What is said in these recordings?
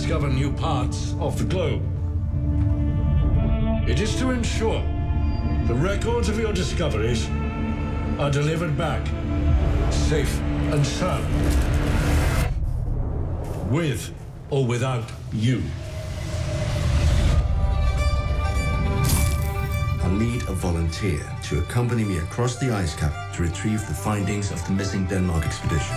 discover new parts of the globe. It is to ensure the records of your discoveries are delivered back, safe and sound, with or without you. I'll need a volunteer to accompany me across the ice cap to retrieve the findings of the missing Denmark expedition.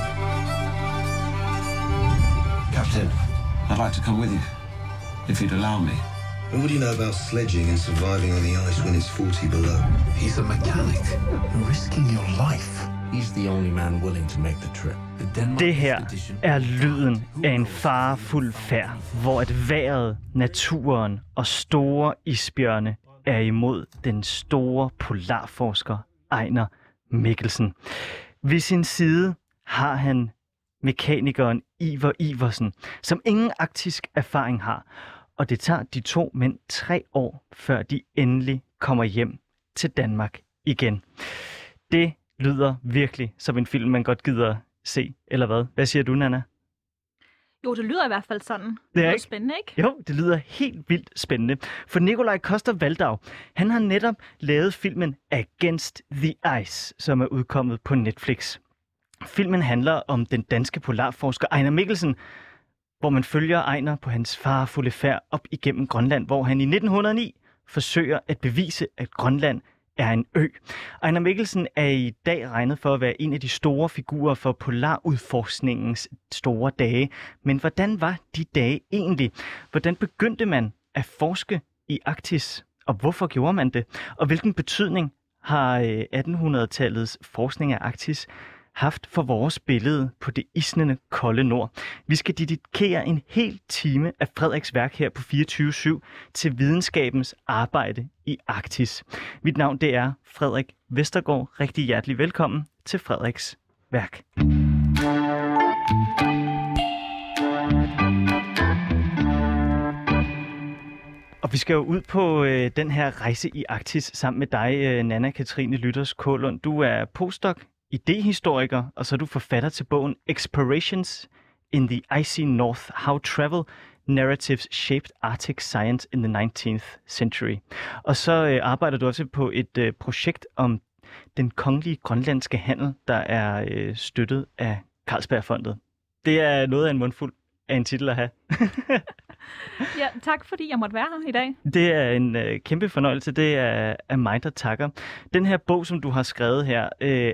Captain, I'd like to come with you, if you'd allow me. And what do you know about sledging and surviving on the ice when it's 40 below? He's a mechanic. You're risking your life. He's the only man willing to make the trip. Det her er lyden af en farefuld færd, hvor at vejret, naturen og store isbjørne er imod den store polarforsker Ejner Mikkelsen. Ved sin side har han mekanikeren Iver Iversen, som ingen arktisk erfaring har. Og det tager de to mænd 3 år, før de endelig kommer hjem til Danmark igen. Det lyder virkelig som en film, man godt gider se, eller hvad? Hvad siger du, Nana? Jo, det lyder i hvert fald sådan. Det er ikke spændende, ikke? Jo, det lyder helt vildt spændende. For Nikolaj Coster-Waldau, han har netop lavet filmen Against the Ice, som er udkommet på Netflix. Filmen handler om den danske polarforsker Ejner Mikkelsen, hvor man følger Ejner på hans farefulde færd op igennem Grønland, hvor han i 1909 forsøger at bevise, at Grønland er en ø. Ejner Mikkelsen er i dag regnet for at være en af de store figurer for polarudforskningens store dage. Men hvordan var de dage egentlig? Hvordan begyndte man at forske i Arktis? Og hvorfor gjorde man det? Og hvilken betydning har 1800-tallets forskning af Arktis haft for vores billede på det isnende kolde nord? Vi skal dedikere en hel time af Frederiks værk her på 24/7 til videnskabens arbejde i Arktis. Mit navn det er Frederik Vestergaard. Rigtig hjertelig velkommen til Frederiks værk. Og vi skal jo ud på den her rejse i Arktis sammen med dig, Nanna Katrine Lytters Kålund. Du er postdoc, idehistoriker, og så er du forfatter til bogen Explorations in the Icy North: How Travel Narratives Shaped Arctic Science in the 19th Century. Og så arbejder du også på et projekt om den kongelige grønlandske handel, der er støttet af Carlsbergfondet. Det er noget af en mundfuld af en titel at have. Ja, tak fordi jeg måtte være her i dag. Det er en kæmpe fornøjelse. Det er mig, der takker. Den her bog, som du har skrevet her,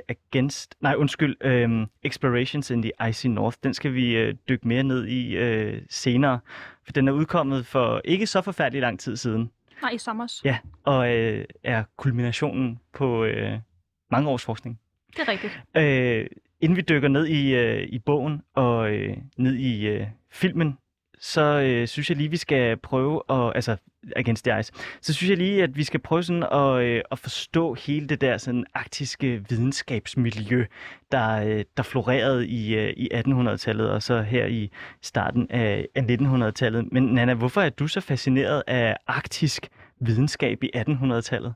Explorations in the Icy North, den skal vi dykke mere ned i senere. For den er udkommet for ikke så forfærdelig lang tid siden. Nej, i sommers. Ja, og er kulminationen på mange års forskning. Det er rigtigt. Inden vi dykker ned i bogen og ned i filmen, så synes jeg lige, vi skal prøve Against the Ice, så synes jeg lige, at vi skal prøve sådan at forstå hele det der sådan arktiske videnskabsmiljø, der florerede i 1800-tallet, og så her i starten af 1900-tallet. Men Nanna, hvorfor er du så fascineret af arktisk videnskab i 1800-tallet?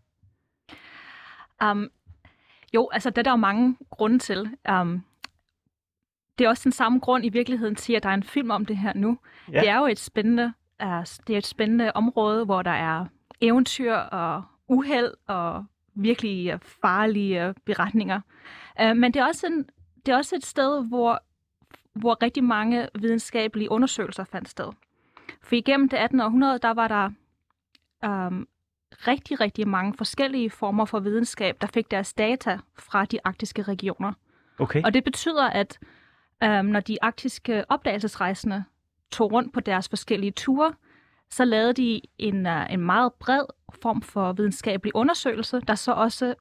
Jo, altså det er der jo mange grunde til. Det er også den samme grund i virkeligheden til, at der er en film om det her nu. Ja. Det er jo et spændende område, hvor der er eventyr og uheld og virkelig farlige beretninger. Men det er også et sted, hvor rigtig mange videnskabelige undersøgelser fandt sted. For igennem det 18. århundrede, der var der rigtig, rigtig mange forskellige former for videnskab, der fik deres data fra de arktiske regioner. Okay. Og det betyder, at når de arktiske opdagelsesrejsende tog rundt på deres forskellige ture, så lavede de en meget bred form for videnskabelig undersøgelse, der så også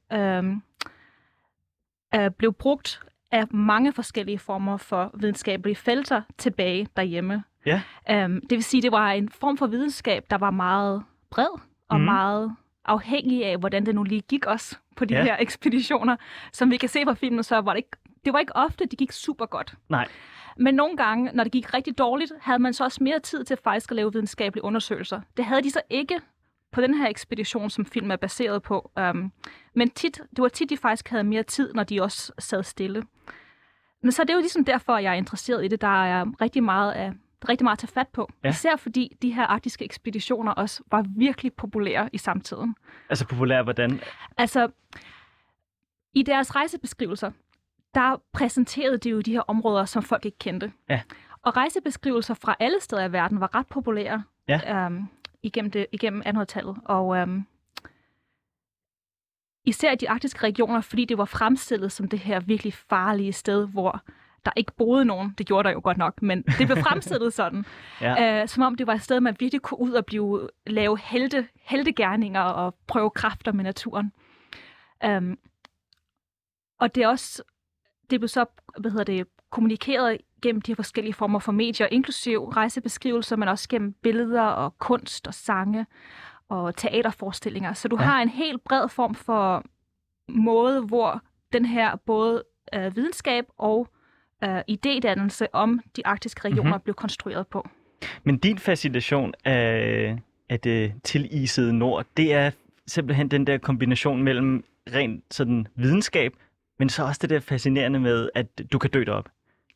blev brugt af mange forskellige former for videnskabelige felter tilbage derhjemme. Ja. Det vil sige, at det var en form for videnskab, der var meget bred og meget afhængig af, hvordan det nu lige gik os på de her ekspeditioner. Som vi kan se fra filmen, så var det var ikke ofte, det gik super godt. Nej. Men nogle gange, når det gik rigtig dårligt, havde man så også mere tid til faktisk at lave videnskabelige undersøgelser. Det havde de så ikke på den her ekspedition, som filmen er baseret på. Men det var tit, de faktisk havde mere tid, når de også sad stille. Men så er det jo ligesom derfor, jeg er interesseret i det. Der er rigtig meget af rigtig meget at tage fat på. Ja. Især fordi de her arktiske ekspeditioner også var virkelig populære i samtiden. Altså populære hvordan? Altså, i deres rejsebeskrivelser, der præsenterede de jo de her områder, som folk ikke kendte. Ja. Og rejsebeskrivelser fra alle steder i verden var ret populære igennem 1800-tallet. Og især i de arktiske regioner, fordi det var fremstillet som det her virkelig farlige sted, hvor der ikke boede nogen. Det gjorde der jo godt nok, men det blev fremstillet sådan. Som om det var et sted, man virkelig kunne ud og lave heltegerninger og prøve kræfter med naturen. Og det er også, det blev så, kommunikeret gennem de her forskellige former for medier, inklusiv rejsebeskrivelser, men også gennem billeder og kunst og sange og teaterforestillinger. Så du har en helt bred form for måde, hvor den her både videnskab og idédannelse om de arktiske regioner blev konstrueret på. Men din fascination af det tilisede nord, det er simpelthen den der kombination mellem rent sådan videnskab, men så også det der fascinerende med, at du kan dø derop.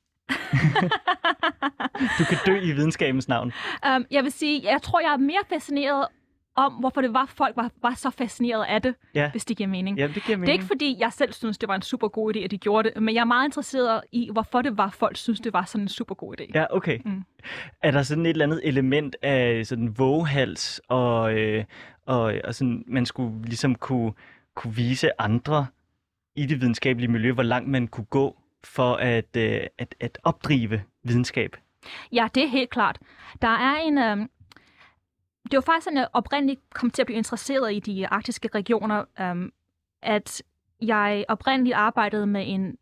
Du kan dø i videnskabens navn. Jeg vil sige, jeg tror, jeg er mere fascineret om, hvorfor det var, folk var så fascineret af det, hvis det giver mening. Ja, det giver mening. Det er ikke, fordi jeg selv synes, det var en super god idé, at de gjorde det, men jeg er meget interesseret i, hvorfor det var, folk synes, det var sådan en super god idé. Ja, okay. Er der sådan et eller andet element af sådan vågehals, og sådan, man skulle ligesom kunne vise andre i det videnskabelige miljø, hvor langt man kunne gå for at opdrive videnskab? Ja, det er helt klart. Der er en... Det var faktisk sådan, at jeg oprindeligt kom til at blive interesseret i de arktiske regioner, at jeg oprindeligt arbejdede med en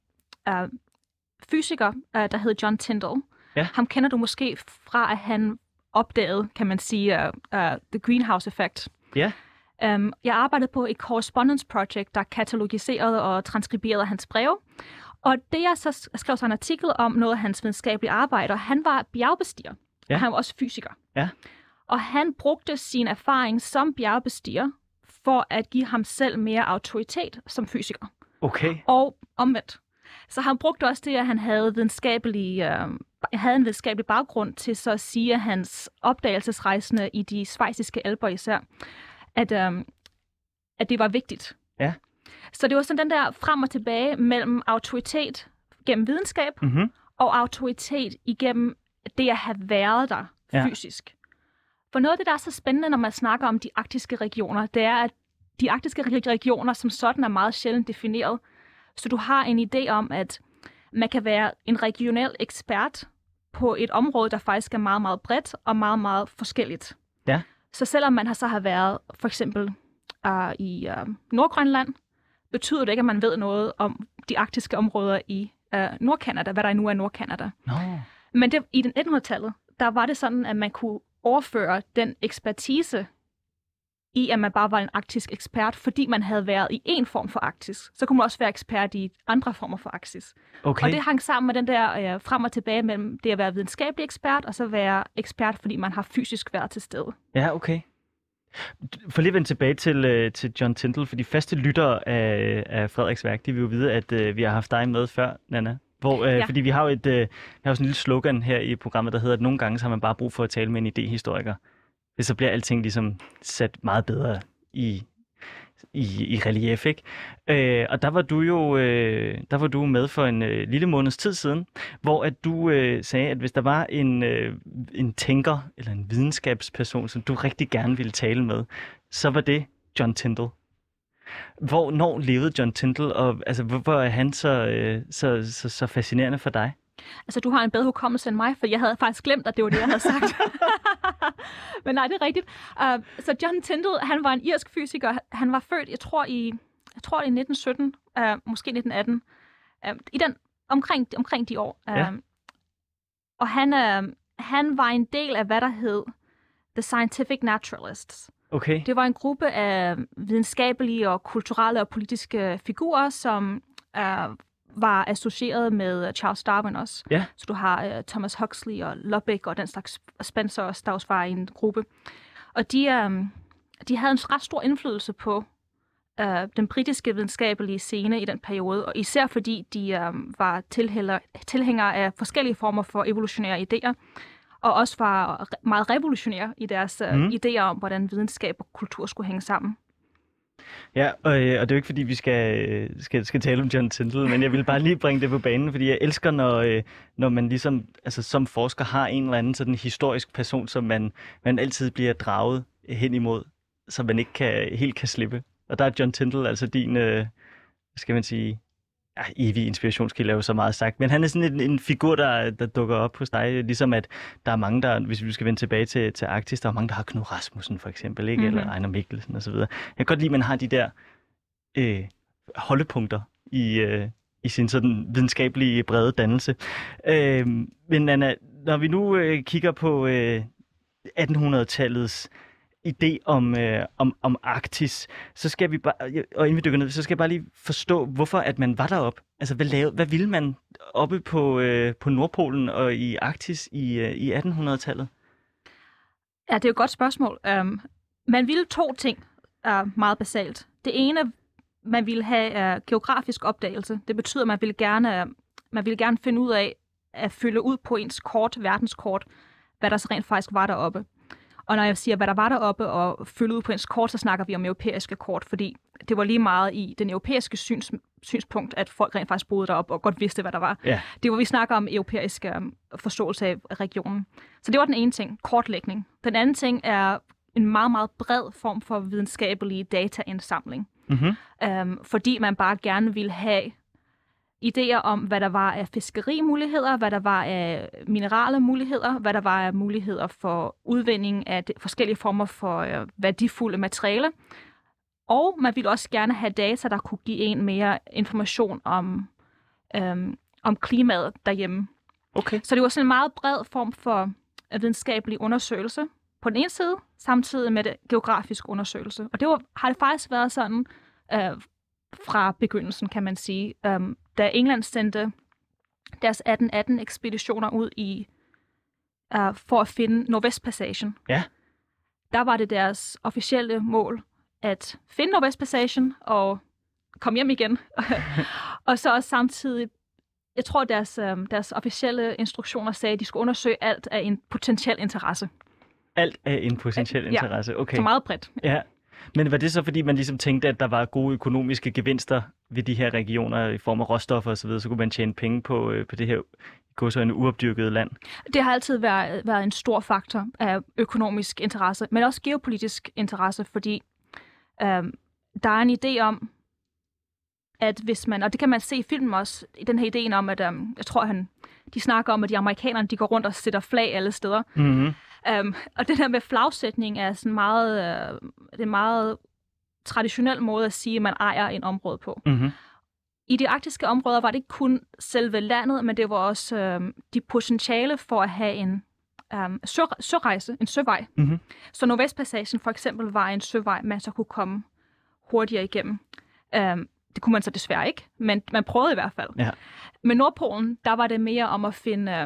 fysiker, der hed John Tyndall. Ja. Ham kender du måske fra, at han opdagede, kan man sige, the greenhouse effect. Ja. Jeg arbejdede på et correspondence project, der katalogiserede og transkriberede hans breve. Og det jeg så skrev så en artikel om noget af hans videnskabelige arbejder, han var bjergbestiger, og han var også fysiker. Ja. Og han brugte sin erfaring som bjergbestiger for at give ham selv mere autoritet som fysiker. Okay. Og omvendt. Så han brugte også det, at han havde en videnskabelig baggrund til så at sige, at hans opdagelsesrejsende i de schweiziske alper især, at det var vigtigt. Ja. Så det var sådan den der frem og tilbage mellem autoritet gennem videnskab og autoritet igennem det at have været der fysisk. For noget af det, der er så spændende, når man snakker om de arktiske regioner, det er, at de arktiske regioner som sådan er meget sjældent defineret. Så du har en idé om, at man kan være en regional ekspert på et område, der faktisk er meget, meget bredt og meget, meget forskelligt. Ja. Så selvom man har været for eksempel i Nordgrønland, betyder det ikke, at man ved noget om de arktiske områder i Nordkanada, hvad der nu er Nordkanada. No. Men i 1900-tallet, der var det sådan, at man kunne overføre den ekspertise i, at man bare var en arktisk ekspert, fordi man havde været i en form for Arktis. Så kunne man også være ekspert i andre former for Arktis. Okay. Og det hang sammen med den der frem og tilbage mellem det at være videnskabelig ekspert, og så være ekspert, fordi man har fysisk været til stede. Ja, okay. For lige at vende tilbage til John Tyndall, for de faste lyttere af Frederiks værk, de vil jo vide, at vi har haft dig med før, Nanna. Fordi vi har jo sådan en lille slogan her i programmet, der hedder, at nogle gange så har man bare brug for at tale med en idéhistoriker. Så bliver alting ligesom sat meget bedre i relief, ikke? Og der var du med for en lille måneds tid siden, hvor at du sagde, at hvis der var en tænker eller en videnskabsperson, som du rigtig gerne ville tale med, så var det John Tyndall. Hvornår levede John Tyndall, og altså, hvorfor er han så fascinerende for dig? Altså, du har en bedre hukommelse end mig, for jeg havde faktisk glemt, at det var det, jeg havde sagt. Men nej, det er rigtigt. Så John Tyndall, han var en irsk fysiker. Han var født, jeg tror i 1917, måske 1918. Omkring de år. Og han var en del af, hvad der hed The Scientific Naturalists. Okay. Det var en gruppe af videnskabelige og kulturelle og politiske figurer, som var associeret med Charles Darwin også. Ja. Så du har Thomas Huxley og Lubbock og den slags Spencer også, der også var i en gruppe. Og de havde en ret stor indflydelse på den britiske videnskabelige scene i den periode, og især fordi de var tilhængere af forskellige former for evolutionære idéer. og også var meget revolutionære i deres idéer om, hvordan videnskab og kultur skulle hænge sammen. Ja, og det er jo ikke, fordi vi skal tale om John Tyndall, men jeg vil bare lige bringe det på banen, fordi jeg elsker, når man ligesom, altså som forsker har en eller anden sådan historisk person, som man altid bliver draget hen imod, så man ikke helt kan slippe. Og der er John Tyndall altså din, skal man sige, evig inspirationskilde er jo så meget sagt, men han er sådan en figur, der dukker op hos dig, ligesom at der er mange, der, hvis vi skal vende tilbage til Arktis, der er mange, der har Knud Rasmussen for eksempel, ikke? Eller Ejner Mikkelsen osv. Jeg kan godt lide, at man har de der holdepunkter i sin sådan videnskabelige brede dannelse. Men Anna, når vi nu kigger på 1800-tallets idé om Arktis, så skal vi bare, og inden vi dykker ned, så skal jeg bare lige forstå, hvorfor at man var deroppe. Altså, hvad ville man oppe på Nordpolen og i Arktis i 1800-tallet? Ja, det er jo et godt spørgsmål. Man ville 2 ting meget basalt. Det ene, man ville have geografisk opdagelse. Det betyder, at man ville gerne finde ud af at fylde ud på ens verdenskort, hvad der så rent faktisk var deroppe. Og når jeg siger, hvad der var deroppe og fylde ud på ens kort, så snakker vi om europæiske kort, fordi det var lige meget i den europæiske synspunkt, at folk rent faktisk boede deroppe og godt vidste, hvad der var. Yeah. Det var, vi snakker om europæisk forståelse af regionen. Så det var den ene ting, kortlægning. Den anden ting er en meget, meget bred form for videnskabelige dataindsamling. Fordi man bare gerne ville have idéer om, hvad der var af fiskerimuligheder, hvad der var af minerale muligheder, hvad der var af muligheder for udvinding af forskellige former for værdifulde materialer. Og man ville også gerne have data, der kunne give en mere information om klimaet derhjemme. Okay. Så det var sådan en meget bred form for videnskabelig undersøgelse på den ene side, samtidig med det geografisk undersøgelse. Og har det faktisk været sådan fra begyndelsen, kan man sige. Da England sendte deres 1818-ekspeditioner ud for at finde Nordvestpassagen, der var det deres officielle mål at finde Nordvestpassagen og komme hjem igen. Og så også samtidig, jeg tror, deres officielle instruktioner sagde, at de skulle undersøge alt af en potentiel interesse. Alt af en potentiel interesse, okay. Så meget bredt. Ja. Men var det så, fordi man ligesom tænkte, at der var gode økonomiske gevinster ved de her regioner i form af råstoffer og så videre, så kunne man tjene penge på det her uopdyrkede land? Det har altid været en stor faktor af økonomisk interesse, men også geopolitisk interesse, fordi der er en idé om, at hvis man, og det kan man se i filmen også, i den her idé om, at jeg tror, de snakker om, at de amerikanerne, de går rundt og sætter flag alle steder. Mm-hmm. Og det der med flagsætning er sådan det er en meget traditionel måde at sige, at man ejer en område på. Mm-hmm. I de arktiske områder var det ikke kun selve landet, men det var også de potentiale for at have en sørejse, en søvej. Mm-hmm. Så Nordvestpassagen for eksempel var en søvej, man så kunne komme hurtigere igennem. Det kunne man så desværre ikke, men man prøvede i hvert fald. Ja. Med Nordpolen, der var det mere om at finde,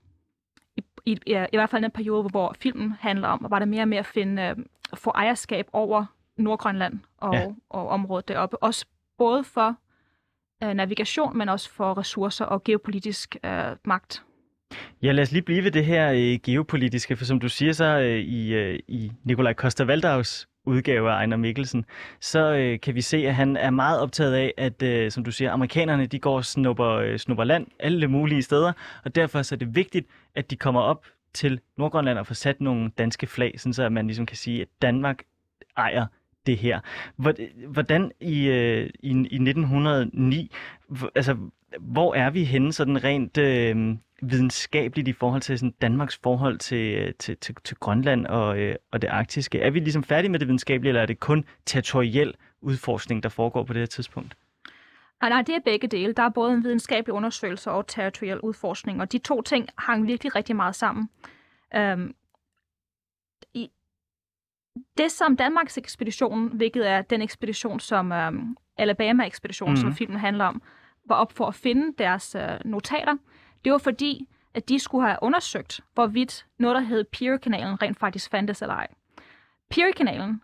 i hvert fald den periode, hvor filmen handler om, var det mere med at få ejerskab over Nordgrønland og området deroppe. Også både for navigation, men også for ressourcer og geopolitisk magt. Ja, lad os lige blive ved det her geopolitiske, for som du siger så i Nikolaj Coster-Waldaus udgave af Ejner Mikkelsen, så kan vi se, at han er meget optaget af, at som du siger, amerikanerne de går og snupper land alle mulige steder, og derfor så er det vigtigt, at de kommer op til Nordgrønland og får sat nogle danske flag, sådan så at man ligesom kan sige, at Danmark ejer det her. Hvordan i 1909, altså hvor er vi henne sådan rent videnskabeligt i forhold til sådan Danmarks forhold til Grønland og det arktiske? Er vi ligesom færdige med det videnskabelige, eller er det kun territoriel udforskning, der foregår på det her tidspunkt? Nej, det er begge dele. Der er både en videnskabelig undersøgelse og territoriel udforskning, og de 2 ting hang virkelig rigtig meget sammen. Det som Danmarks ekspedition, hvilket er den ekspedition, som Alabama-ekspeditionen, som filmen handler om, var op for at finde deres notater, det var fordi, at de skulle have undersøgt, hvorvidt noget, der hed Peary-kanalen, rent faktisk fandtes eller ej. Peary-kanalen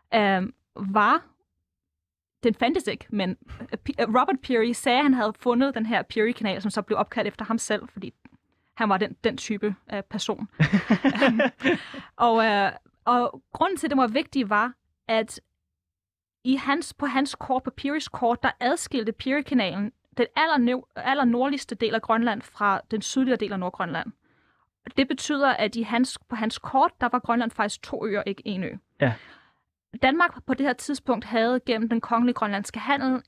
den fandtes ikke, men Robert Peary sagde, at han havde fundet den her Peary-kanal, som så blev opkaldt efter ham selv, fordi Han var den type person. Og grunden til, at det var vigtigt, var, at på hans kort, på Pearys kort, der adskilte Peary-kanalen den aller nordligste del af Grønland fra den sydlige del af Nordgrønland. Det betyder, at på hans kort, der var Grønland faktisk 2 øer, ikke 1 ø. Ja. Danmark på det her tidspunkt havde gennem den kongelige grønlandske handel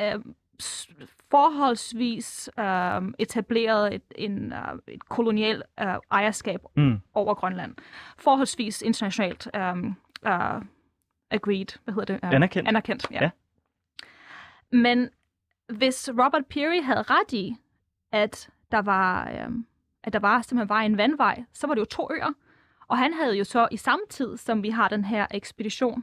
forholdsvis etableret et kolonialt ejerskab over Grønland. Forholdsvis internationalt agreed, hvad hedder det? Anerkendt, ja. Men hvis Robert Peary havde ret i, at der simpelthen var en vandvej, så var det jo 2 øer. Og han havde jo så i samme tid, som vi har den her ekspedition,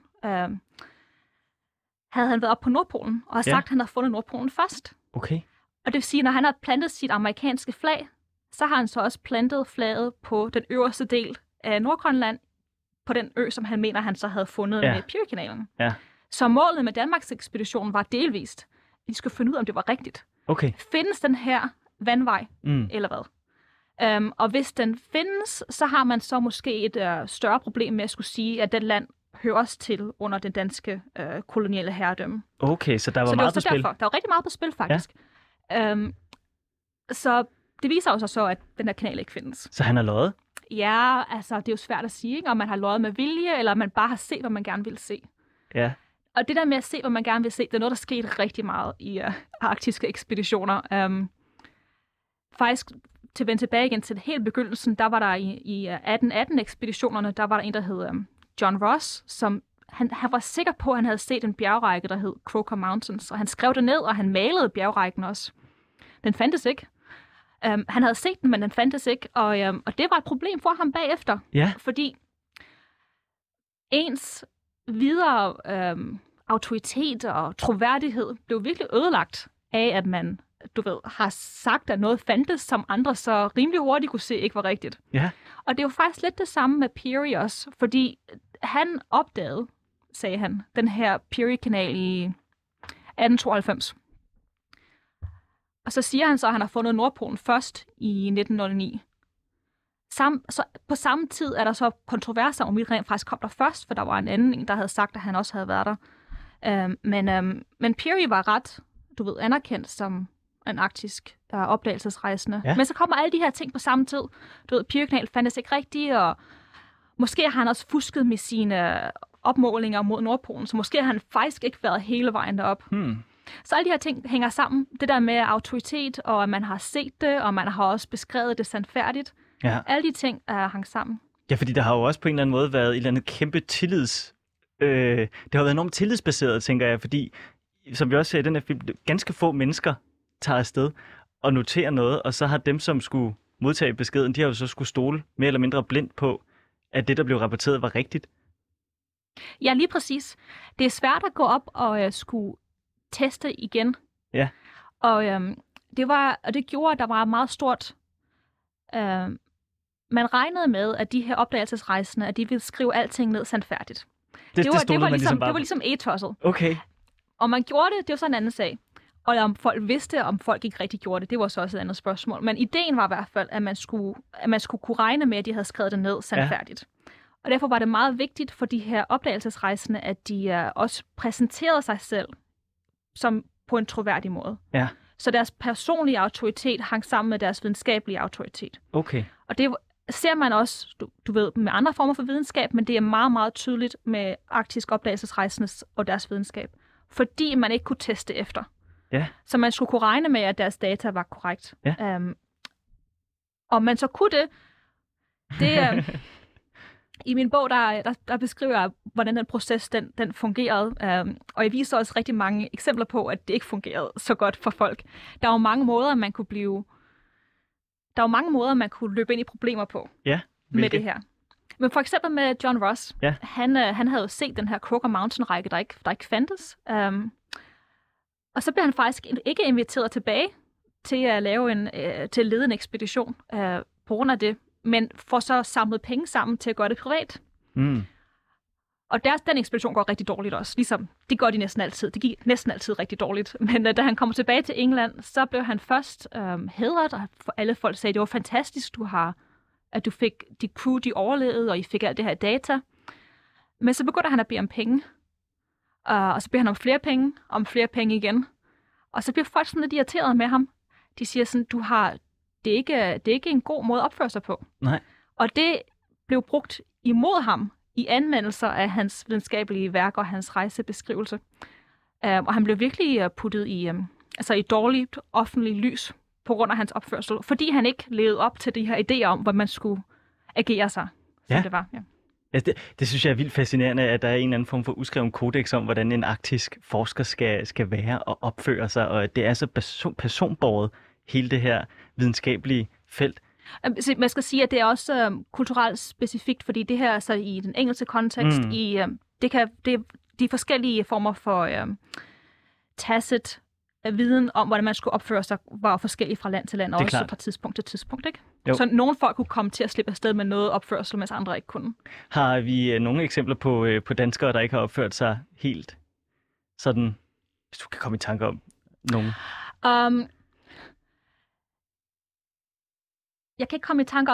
havde han været op på Nordpolen, og har sagt, at han havde fundet Nordpolen først. Okay. Og det vil sige, at når han har plantet sit amerikanske flag, så har han så også plantet flaget på den øverste del af Nordgrønland, på den ø, som han mener, han så havde fundet med Peary-kanalen. Ja. Så målet med Danmarks ekspedition var delvist. De skulle finde ud af, om det var rigtigt. Okay. Findes den her vandvej, eller hvad? Og hvis den findes, så har man så måske et større problem med at skulle sige, at den land høres til under den danske koloniale herredømme. Okay, så der var meget på spil. Derfor. Der var rigtig meget på spil, faktisk. Ja. Så det viser jo så, at den her kanal ikke findes. Så han har løjet? Ja, altså det er jo svært at sige, ikke? Om man har løjet med vilje, eller man bare har set, hvad man gerne vil se. Ja. Og det der med at se, hvad man gerne vil se, det er noget, der skete rigtig meget i arktiske ekspeditioner. Faktisk, til at vende tilbage igen til helt begyndelsen, der var der i 1818-ekspeditionerne, der var der en, der hed John Ross, som han var sikker på, at han havde set en bjergrække, der hed Croker Mountains, og han skrev det ned, og han malede bjergrækken også. Den fandtes ikke. Han havde set den, men den fandtes ikke, og det var et problem for ham bagefter, fordi ens videre autoritet og troværdighed blev virkelig ødelagt af, at man har sagt, at noget fandtes, som andre så rimelig hurtigt kunne se ikke var rigtigt. Ja. Og det er jo faktisk lidt det samme med Peary også, fordi han opdagede, sagde han, den her Peary-kanal i 1892. Og så siger han så, at han har fundet Nordpolen først i 1909. Så på samme tid er der så kontroverser om, vi rent faktisk kom der først, for der var en anden, der havde sagt, at han også havde været der. Men Peary var ret, anerkendt som en arktisk opdagelsesrejsende. Ja. Men så kommer alle de her ting på samme tid. Peary-kanal fandtes ikke rigtigt, og måske har han også fusket med sine opmålinger mod Nordpolen, så måske har han faktisk ikke været hele vejen derop. Så alle de her ting hænger sammen. Det der med autoritet, og at man har set det, og man har også beskrevet det sandfærdigt. Ja. Alle de ting hang sammen. Ja, fordi der har jo også på en eller anden måde været et eller andet kæmpe det har været enormt tillidsbaseret, tænker jeg, fordi, som vi også ser i den her film, ganske få mennesker tager afsted og noterer noget, og så har dem, som skulle modtage beskeden, de har jo så skulle stole mere eller mindre blindt på, at det, der blev rapporteret, var rigtigt. Ja, lige præcis. Det er svært at gå op og skulle teste igen. Ja. Og det gjorde, at der var meget stort. Man regnede med, at de her opdagelsesrejsende, at de ville skrive alting ned sandfærdigt. Det var ligesom etosset. Okay. Og man gjorde det var så en anden sag. Og om folk vidste, om folk ikke rigtig gjorde det var så også et andet spørgsmål. Men ideen var i hvert fald, at man skulle kunne regne med, at de havde skrevet det ned sandfærdigt. Ja. Og derfor var det meget vigtigt for de her opdagelsesrejsende, at de også præsenterede sig selv som på en troværdig måde. Ja. Så deres personlige autoritet hang sammen med deres videnskabelige autoritet. Okay. Og det ser man også, du ved, med andre former for videnskab, men det er meget, meget tydeligt med arktisk opdagelsesrejsendes og deres videnskab. Fordi man ikke kunne teste efter. Ja. Så man skulle kunne regne med, at deres data var korrekt. Ja. Og man så kunne det i min bog, der beskriver jeg, hvordan den proces den fungerede. Og jeg viser også rigtig mange eksempler på, at det ikke fungerede så godt for folk. Der var mange måder, man kunne løbe ind i problemer på med det her. Men for eksempel med John Ross. Ja. Han havde jo set den her Croker Mountain-række, der ikke fandtes. Og så blev han faktisk ikke inviteret tilbage til at lede en ekspedition på grund af det, men får så samlet penge sammen til at gøre det privat. Og den ekspedition går rigtig dårligt også. Ligesom, det gør de næsten altid. Det gik næsten altid rigtig dårligt. Men da han kommer tilbage til England, så blev han først hædret, og alle folk sagde, det var fantastisk, at du fik dit crew, de overlevede, og I fik alt det her data. Men så begynder han at bede om penge. Og så beder han om flere penge igen. Og så bliver folk sådan lidt irriteret med ham. De siger sådan, det er ikke en god måde at opføre sig på. Nej. Og det blev brugt imod ham i anmeldelser af hans videnskabelige værker og hans rejsebeskrivelse. Og han blev virkelig puttet i dårligt offentligt lys på grund af hans opførsel, fordi han ikke levede op til de her idéer om, hvor man skulle agere sig, som det var. Ja. Ja, det synes jeg er vildt fascinerende, at der er en eller anden form for uskreven kodex om, hvordan en arktisk forsker skal være og opføre sig, og det er så personbåret, hele det her videnskabelige felt. Man skal sige, at det er også kulturelt specifikt, fordi det her så i den engelske kontekst, de forskellige former for tacit viden om, hvordan man skulle opføre sig, var forskellige fra land til land, og også fra tidspunkt til tidspunkt, ikke? Jo. Så nogle folk kunne komme til at slippe afsted med noget opførsel, mens andre ikke kunne. Har vi nogle eksempler på danskere, der ikke har opført sig helt sådan, hvis du kan komme i tanke om nogen? Jeg kan ikke komme i tanke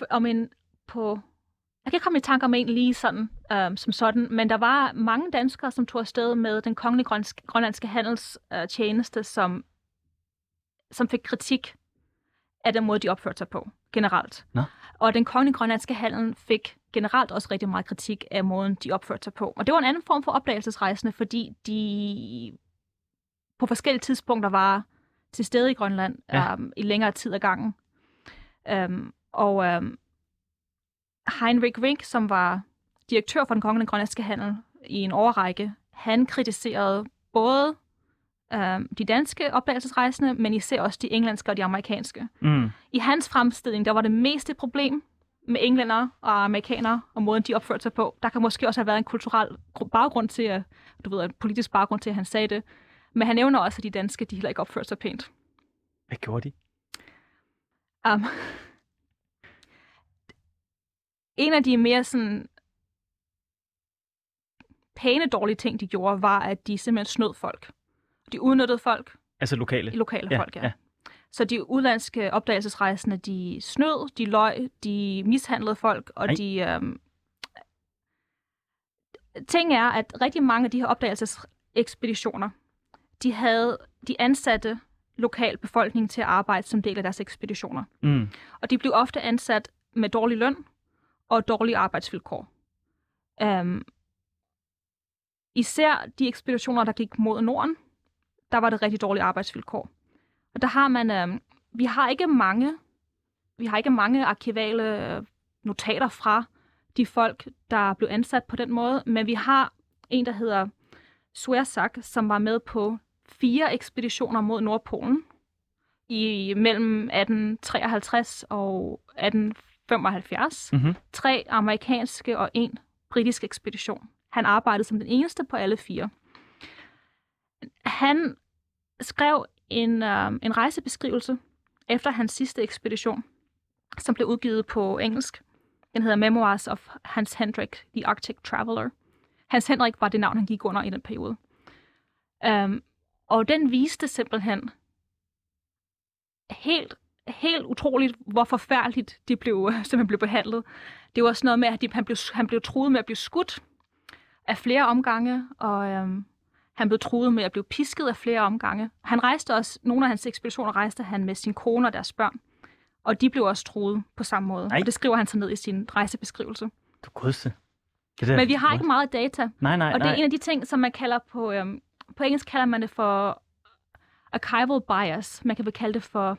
om en lige sådan, som sådan, men der var mange danskere, som tog afsted med den kongelige grønlandske handelstjeneste, som fik kritik af den måde, de opførte sig på, generelt. Nå. Og den kongelige grønlandske handel fik generelt også rigtig meget kritik af måden, de opførte sig på. Og det var en anden form for opdagelsesrejsende, fordi de på forskellige tidspunkter var til stede i Grønland i længere tid ad gangen. Heinrich Rink, som var direktør for den kongelige grønlandske handel i en årrække, han kritiserede både de danske opdagelsesrejsende, men især også de englandske og de amerikanske. I hans fremstilling, der var det meste problem med englændere og amerikanere og måden, de opførte sig på. Der kan måske også have været en kulturel baggrund til, en politisk baggrund til, at han sagde det. Men han nævner også, at de danske, de heller ikke opførte sig pænt. Hvad gjorde de? En af de mere sådan pæne dårlige ting, de gjorde, var, at de simpelthen snød folk. De udnyttede folk. Altså lokale Folk, ja. Så de udlandske opdagelsesrejsende, de snød, de løj, de mishandlede folk, og ting er, at rigtig mange af de her opdagelsesekspeditioner, de ansatte lokal befolkning til at arbejde som del af deres ekspeditioner. Og de blev ofte ansat med dårlig løn og dårlige arbejdsvilkår. Især de ekspeditioner, der gik mod Norden, der var det rigtig dårlige arbejdsvilkår. Og der har man, vi har ikke mange arkivale notater fra de folk, der blev ansat på den måde, men vi har en, der hedder Suersak, som var med på 4 ekspeditioner mod Nordpolen mellem 1853 og 1875. 3 amerikanske og 1 britisk ekspedition. Han arbejdede som den eneste på alle 4. Han skrev en rejsebeskrivelse efter hans sidste ekspedition, som blev udgivet på engelsk. Den hedder Memoirs of Hans Hendrik, The Arctic Traveler. Hans Henrik var det navn, han gik under i den periode. Og den viste simpelthen helt utroligt, hvor forfærdeligt de simpelthen blev behandlet. Det var sådan noget med, at han blev truet med at blive skudt af flere omgange, og han blev truet med at blive pisket af flere omgange. Han rejste også, nogle af hans ekspeditioner rejste han med sin kone og deres børn, og de blev også truet på samme måde. Og det skriver han så ned i sin rejsebeskrivelse. Du godste. Men vi har ikke meget data. Nej. Og det er en af de ting, som man kalder på engelsk kalder man det for archival bias. Man kan vel kalde det for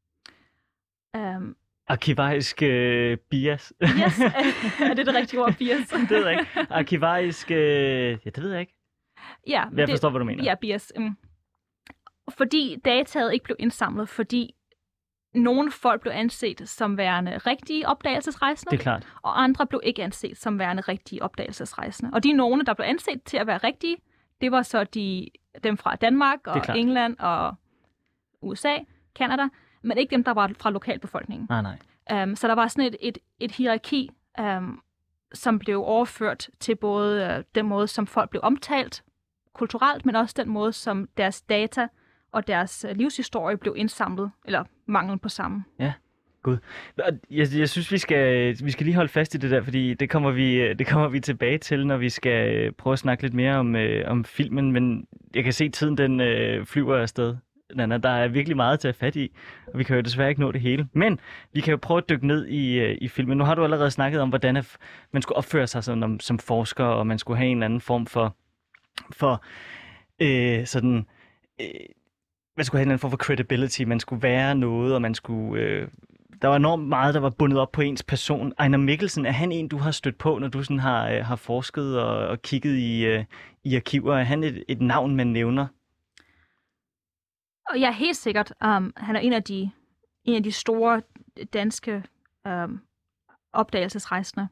arkivarisk bias. Yes, er det rigtige ord, bias? Det ved jeg ikke. Arkivarisk, det ved jeg ikke. Ja, jeg forstår, hvad du mener. Ja, bias. Fordi dataet ikke blev indsamlet, fordi nogle folk blev anset som værende rigtige opdagelsesrejsende, det er klart. Og andre blev ikke anset som værende rigtige opdagelsesrejsende. Og de nogle, der blev anset til at være rigtige, det var så dem fra Danmark og England og USA, Canada, men ikke dem, der var fra lokalbefolkningen. Nej. Så der var sådan et hierarki, som blev overført til både den måde, som folk blev omtalt kulturelt, men også den måde, som deres data og deres livshistorie blev indsamlet, eller mangel på samme. Ja, gud. Jeg synes, vi skal lige holde fast i det der, fordi det kommer vi tilbage til, når vi skal prøve at snakke lidt mere om filmen, men jeg kan se, at tiden den flyver afsted. Nana, der er virkelig meget til at fat i, og vi kan jo desværre ikke nå det hele. Men vi kan jo prøve at dykke ned i filmen. Nu har du allerede snakket om, hvordan man skulle opføre sig som forsker, og man skulle have en eller anden form man skulle have en anden form for credibility. Man skulle være noget, og man skulle... der var enormt meget, der var bundet op på ens person. Einar Mikkelsen, er han en, du har stødt på, når du sådan har forsket og kigget i arkiver? Er han et navn, man nævner? Og ja, helt sikkert. Han er en af de store danske opdagelsesrejsende.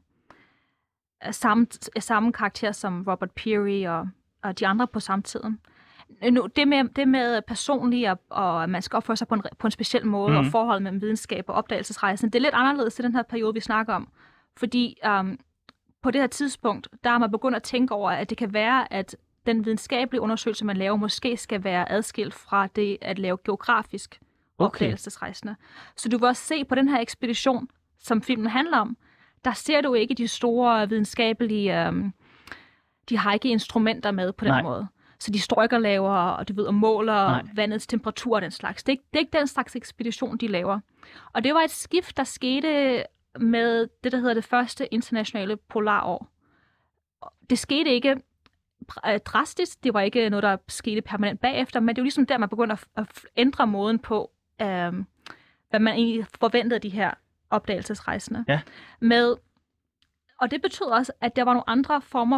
Samme karakter som Robert Peary og de andre på samtiden. Nu, det med personligt, og at man skal opføre sig på en speciel måde, og forholdet mellem videnskab og opdagelsesrejsen, det er lidt anderledes i den her periode, vi snakker om. Fordi på det her tidspunkt, der er man begyndt at tænke over, at det kan være, at den videnskabelige undersøgelse, man laver, måske skal være adskilt fra det at lave geografisk opdagelsesrejsende. Så du vil også se på den her ekspedition, som filmen handler om, der ser du ikke de store videnskabelige, de har ikke instrumenter med på den måde. Så de står ikke og laver, og måler vandets temperatur og den slags. Det er ikke den slags ekspedition, de laver. Og det var et skift, der skete med det, der hedder det første internationale polarår. Det skete ikke drastisk. Det var ikke noget, der skete permanent bagefter, men det er jo ligesom der, man begynder at ændre måden på, hvad man egentlig forventede af de her opdagelsesrejsende. Ja. Og det betød også, at der var nogle andre former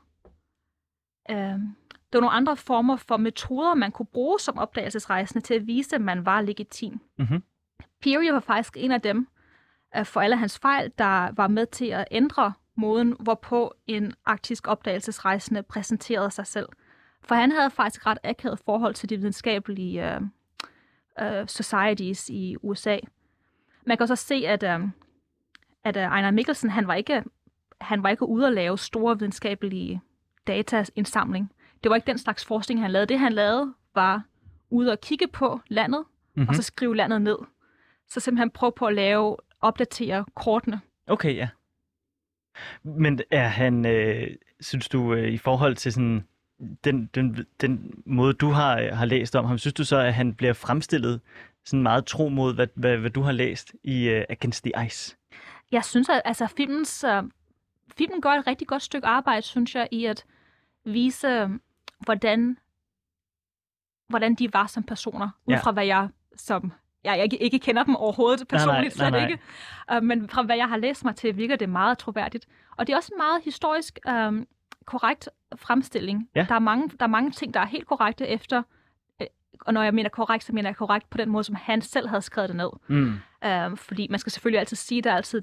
for metoder, man kunne bruge som opdagelsesrejsende til at vise, at man var legitim. Mm-hmm. Peary var faktisk en af dem, for alle hans fejl, der var med til at ændre måden, hvorpå en arktisk opdagelsesrejsende præsenterede sig selv. For han havde faktisk ret akavet forhold til de videnskabelige societies i USA. Man kan så se, at Einar Mikkelsen, han var ikke ude at lave store videnskabelige dataindsamling. Det var ikke den slags forskning, han lavede. Det, han lavede, var ude at kigge på landet, og så skrive landet ned. Så simpelthen prøve på at opdatere kortene. Okay, ja. Men er han, synes du, i forhold til sådan den måde, du har læst om ham, synes du så, at han bliver fremstillet sådan meget tro mod, hvad du har læst i Against the Ice? Jeg synes, at altså, filmen gør et rigtig godt stykke arbejde, synes jeg, i at vise, hvordan de var som personer, ud fra hvad jeg ikke kender dem overhovedet personligt, slet ikke. Men fra hvad jeg har læst mig til, virker det meget troværdigt. Og det er også en meget historisk korrekt fremstilling. Ja. Der er mange ting, der er helt korrekte efter, og når jeg mener korrekt, så mener jeg korrekt på den måde, som han selv havde skrevet det ned. Fordi man skal selvfølgelig altid sige, der er altid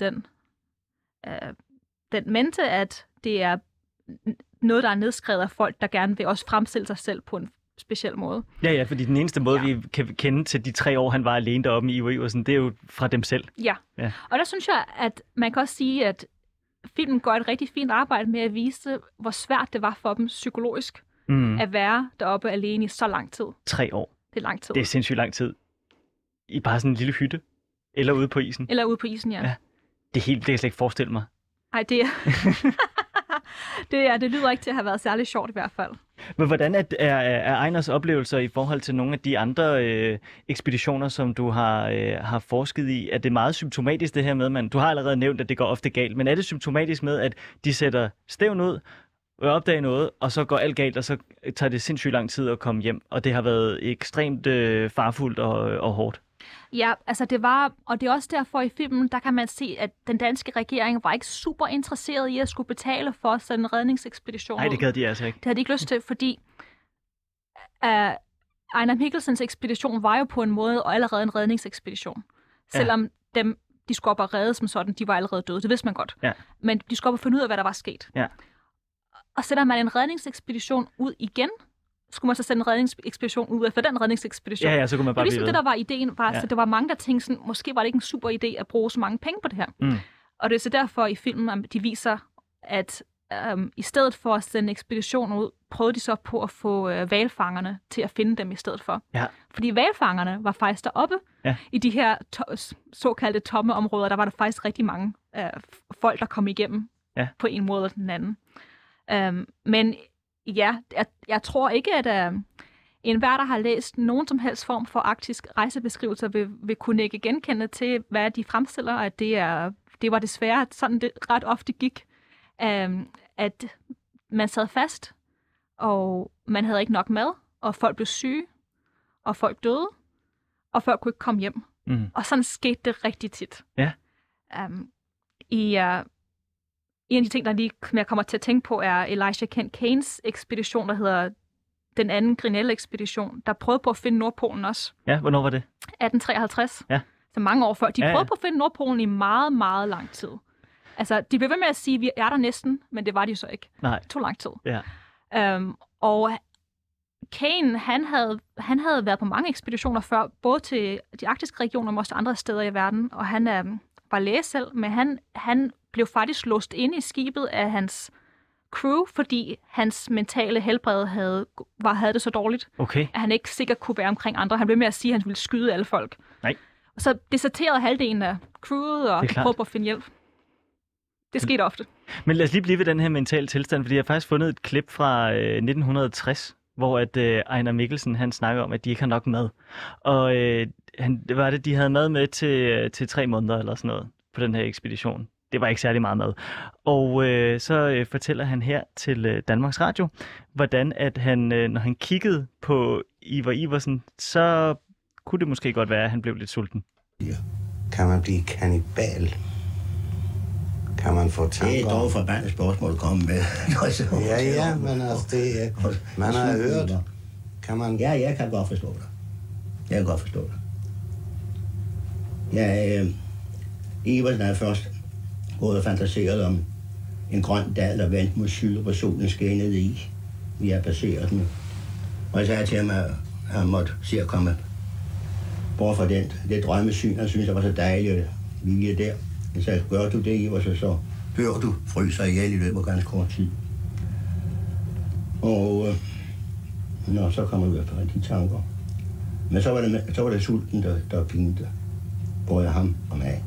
den mente, at det er noget, der er nedskrevet af folk, der gerne vil også fremstille sig selv på en speciel måde. Ja, fordi den eneste måde, vi kan kende til de 3 år, han var alene deroppe i IOE, det er jo fra dem selv. Ja, og der synes jeg, at man kan også sige, at filmen gør et rigtig fint arbejde med at vise, hvor svært det var for dem psykologisk at være deroppe alene i så lang tid. 3 år. Det er lang tid. Det er sindssygt lang tid. I bare sådan en lille hytte. Eller ude på isen. Eller ude på isen, ja. Det kan jeg slet ikke forestille mig. Nej, det lyder ikke til at have været særlig sjovt i hvert fald. Men hvordan er Einars oplevelser i forhold til nogle af de andre ekspeditioner, som du har forsket i? Er det meget symptomatisk det her med, du har allerede nævnt, at det går ofte galt, men er det symptomatisk med, at de sætter stævn ud og opdager noget, og så går alt galt, og så tager det sindssygt lang tid at komme hjem, og det har været ekstremt farfuldt og hårdt? Ja, altså det var, og det er også derfor i filmen, der kan man se, at den danske regering var ikke super interesseret i at skulle betale for sådan en redningsekspedition. Nej, det gad de altså ikke. Det havde de ikke lyst til, fordi Einar Mikkelsens ekspedition var jo på en måde og allerede en redningsekspedition. Selvom de skulle op og redde som sådan, de var allerede døde, det vidste man godt. Ja. Men de skulle op og finde ud af, hvad der var sket. Ja. Og sætter man en redningsekspedition ud igen, skulle man så sende en redningsekspedition ud efter den redningsekspedition. Ja, så kunne man bare det der var ideen, så det var mange, der tænkte sådan, måske var det ikke en super idé at bruge så mange penge på det her. Og det er så derfor i filmen, at de viser, at i stedet for at sende ekspeditionen ud, prøvede de så på at få hvalfangerne til at finde dem i stedet for. Ja. Fordi hvalfangerne var faktisk deroppe i de her såkaldte tomme områder. Der var der faktisk rigtig mange folk, der kom igennem på en måde eller den anden. Men ja, jeg tror ikke, at enhver, der har læst nogen som helst form for arktisk rejsebeskrivelser, vil kunne ikke genkende til, hvad de fremstiller, at det var desværre sådan, det ret ofte gik, at man sad fast, og man havde ikke nok mad, og folk blev syge, og folk døde, og folk kunne ikke komme hjem. Mm. Og sådan skete det rigtig tit. Ja. En af de ting, jeg kommer til at tænke på, er Elisha Kent Keynes ekspedition, der hedder den anden Grinnell-ekspedition, der prøvede på at finde Nordpolen også. Ja, hvornår var det? 1853. Ja. Så mange år før. De prøvede på at finde Nordpolen i meget, meget lang tid. Altså, de blev ved med at sige, at vi er der næsten, men det var de jo så ikke. Nej. Det tog lang tid. Ja. Og Kane, han havde været på mange ekspeditioner før, både til de arktiske regioner, men også andre steder i verden, og han var læge selv, men han blev faktisk låst inde i skibet af hans crew, fordi hans mentale helbred havde det så dårligt, at han ikke sikkert kunne være omkring andre. Han blev med at sige, at han ville skyde alle folk. Nej. Og så deserterede halvdelen af crewet og prøvede på at finde hjælp. Det skete ofte. Men lad os lige blive ved den her mentale tilstand, fordi jeg har faktisk fundet et klip fra 1960, hvor at Einar Mikkelsen, han snakker om, at de ikke har nok mad. Og de havde mad med til 3 måneder eller sådan noget på den her ekspedition. Det var ikke særlig meget mad. Og så fortæller han her til Danmarks Radio, hvordan at han, når han kiggede på Ivar Iversen, så kunne det måske godt være, at han blev lidt sulten. Kan man blive kannibal? Kan man få tanker? Det er dog forbandet spørgsmål at komme med. ja, men altså det man har hørt. Kan man... Ja, jeg kan godt forstå det. Iversen er først gået og fantaseret om en grøn dal, der vendte mod syd, hvor solen skinnede i. Vi har passeret den. Og jeg sagde til ham, at han måtte se at komme bort fra det drømmesyn, han synes, det var så dejligt, at vi er der. Jeg sagde, gør du det, Iversen, så dør du, fryser ihjel i løbet af ganske kort tid. Og så kommer vi efter de tanker. Men så var det sulten, der pinte både ham og mig.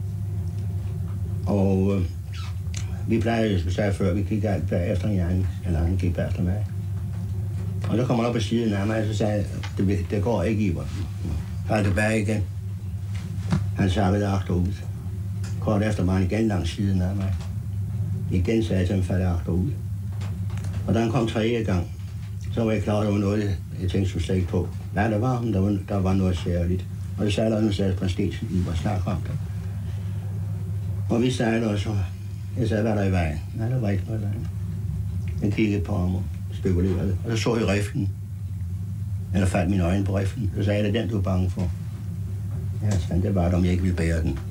Og vi plejede, som jeg sagde før, vi gik alt bagefter en eller han gik bagefter mig. Og så kommer han op på siden af mig, og så sagde jeg, det går ikke, Iver. Fald tilbage igen. Han sappede agterud. Kort efter var han igen langs siden af mig. Igen sagde jeg til ham, falde agterud. Og da han kom 3. gang, så var jeg klar, der var noget, jeg tænkte slet ikke på. Hvad der var, men der var noget særligt. Og det sagde der, nu sagde jeg på en sted, vi var snart om det. Og vi sagde også, jeg sagde, hvad der i vejen? Nej, der var ikke noget i vejen. Jeg kiggede på ham og spekulerede. Og så jeg riflen. Eller faldt mine øjne på riflen. Så sagde jeg, det er den, du er bange for. Ja, sagde, det var det, om jeg ikke ville bære den.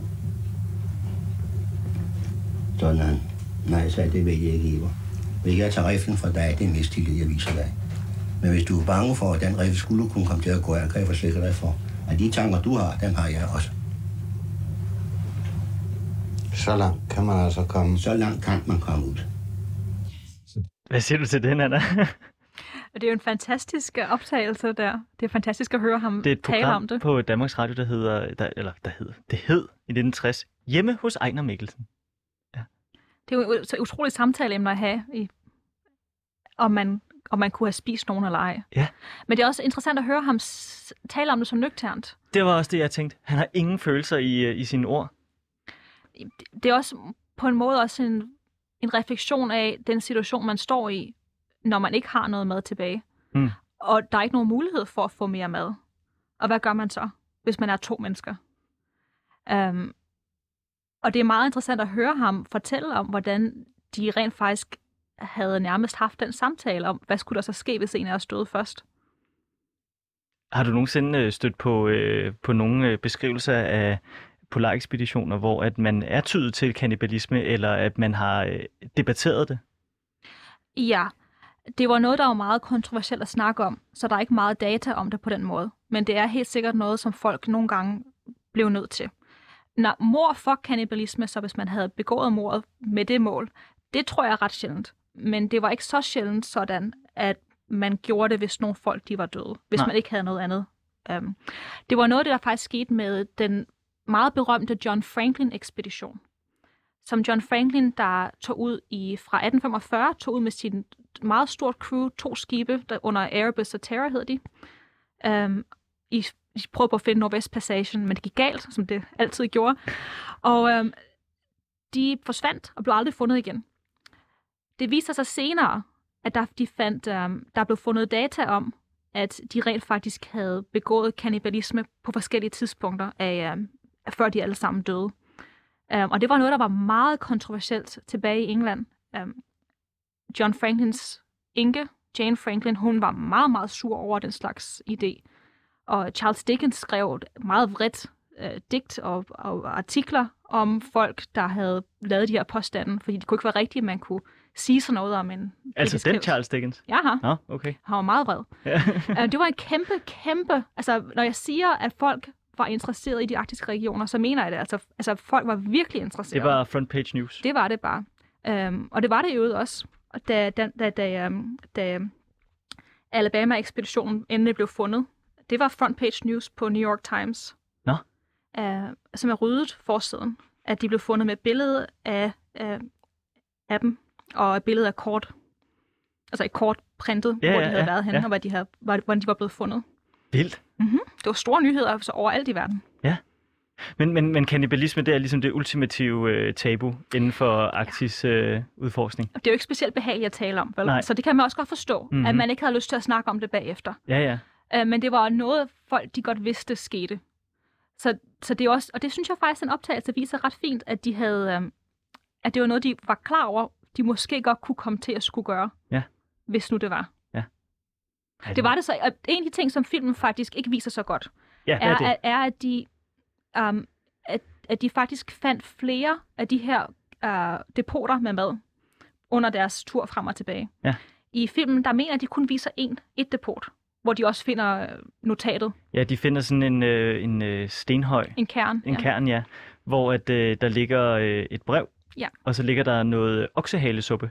Sådan han. Nej, jeg sagde, det ved jeg ikke, Iver. Hvis jeg tager riflen fra dig, det er mistillid, jeg viser dig. Men hvis du er bange for, at den rifle skulle kunne komme til at gå, kan jeg forsikre dig for, at de tanker, du har, dem har jeg også. Så langt kan man altså komme. Så langt kan man komme ud. Hvad siger du til den, Anna? Det er jo en fantastisk optagelse der. Det er fantastisk at høre ham tale om det. Det er et program på Danmarks Radio, det hed i 1960 Hjemme hos Einar Mikkelsen. Ja. Det er jo et utroligt samtaleemne at have, om man kunne have spist nogen eller ej. Ja. Men det er også interessant at høre ham tale om det så nøgternt. Det var også det, jeg tænkte. Han har ingen følelser i sine ord. Det er også på en måde også en refleksion af den situation, man står i, når man ikke har noget mad tilbage. Mm. Og der er ikke nogen mulighed for at få mere mad. Og hvad gør man så, hvis man er 2 mennesker? Og det er meget interessant at høre ham fortælle om, hvordan de rent faktisk havde nærmest haft den samtale om, hvad skulle der så ske, hvis en af os døde først? Har du nogensinde stødt på nogle beskrivelser af polarekspeditioner, hvor at man er tydet til kannibalisme, eller at man har debatteret det? Ja, det var noget, der var meget kontroversielt at snakke om, så der er ikke meget data om det på den måde. Men det er helt sikkert noget, som folk nogle gange blev nødt til. Når mord for kannibalisme, så hvis man havde begået mordet med det mål, Det tror jeg er ret sjældent. Men det var ikke så sjældent sådan, at man gjorde det, hvis nogle folk de var døde. Hvis man ikke havde noget andet. Det var noget, der faktisk skete med den meget berømte John Franklin-ekspedition. Som John Franklin, der tog ud fra 1845, tog ud med sin meget stort crew, 2 skibe, der under Erebus og Terror hed de. I prøvede på at finde Nordvestpassagen, men det gik galt, som det altid gjorde. Og de forsvandt og blev aldrig fundet igen. Det viser sig senere, at der blev fundet data om, at de rent faktisk havde begået kannibalisme på forskellige tidspunkter, før de alle sammen døde. Og det var noget, der var meget kontroversielt tilbage i England. John Franklins enke, Jane Franklin, hun var meget, meget sur over den slags idé. Og Charles Dickens skrev et meget vredt digt og artikler om folk, der havde lavet de her påstande, fordi det kunne ikke være rigtigt, at man kunne sige sådan noget om en... Altså den Charles Dickens? Ja, okay. Han var meget vred. Ja. Det var en kæmpe... Altså, når jeg siger, at folk var interesseret i de arktiske regioner, så mener jeg det. Altså folk var virkelig interesserede. Det var front page news. Det var det bare. Og det var det jo også, da Alabama-ekspeditionen endelig blev fundet. Det var front page news på New York Times. Nå? Som er ryddet forsiden. At de blev fundet med et billede af dem, og et billede af kort. Altså et kort printet, hvor de havde været henne, og hvordan de var blevet fundet. Vildt. Mm-hmm. Det var store nyheder altså, overalt i verden. Ja. Men kannibalisme, det er ligesom det ultimative tabu inden for arktisk udforskning. Det er jo ikke specielt behageligt at tale om, vel? Så det kan man også godt forstå, at man ikke havde lyst til at snakke om det bagefter. Ja. Men det var noget, folk de godt vidste skete. Så det er også, og det synes jeg faktisk, en optagelse viser ret fint, at de havde, at det var noget, de var klar over, de måske godt kunne komme til at skulle gøre, hvis nu det var. Ja. Det var det så. En af de ting, som filmen faktisk ikke viser så godt, er at de faktisk fandt flere af de her depoter med mad under deres tur frem og tilbage. Ja. I filmen, der mener de kun viser et depot, hvor de også finder notatet. Ja, de finder sådan en stenhøj. En kern. En kern, ja. Hvor der ligger et brev, og så ligger der noget oksehalesuppe.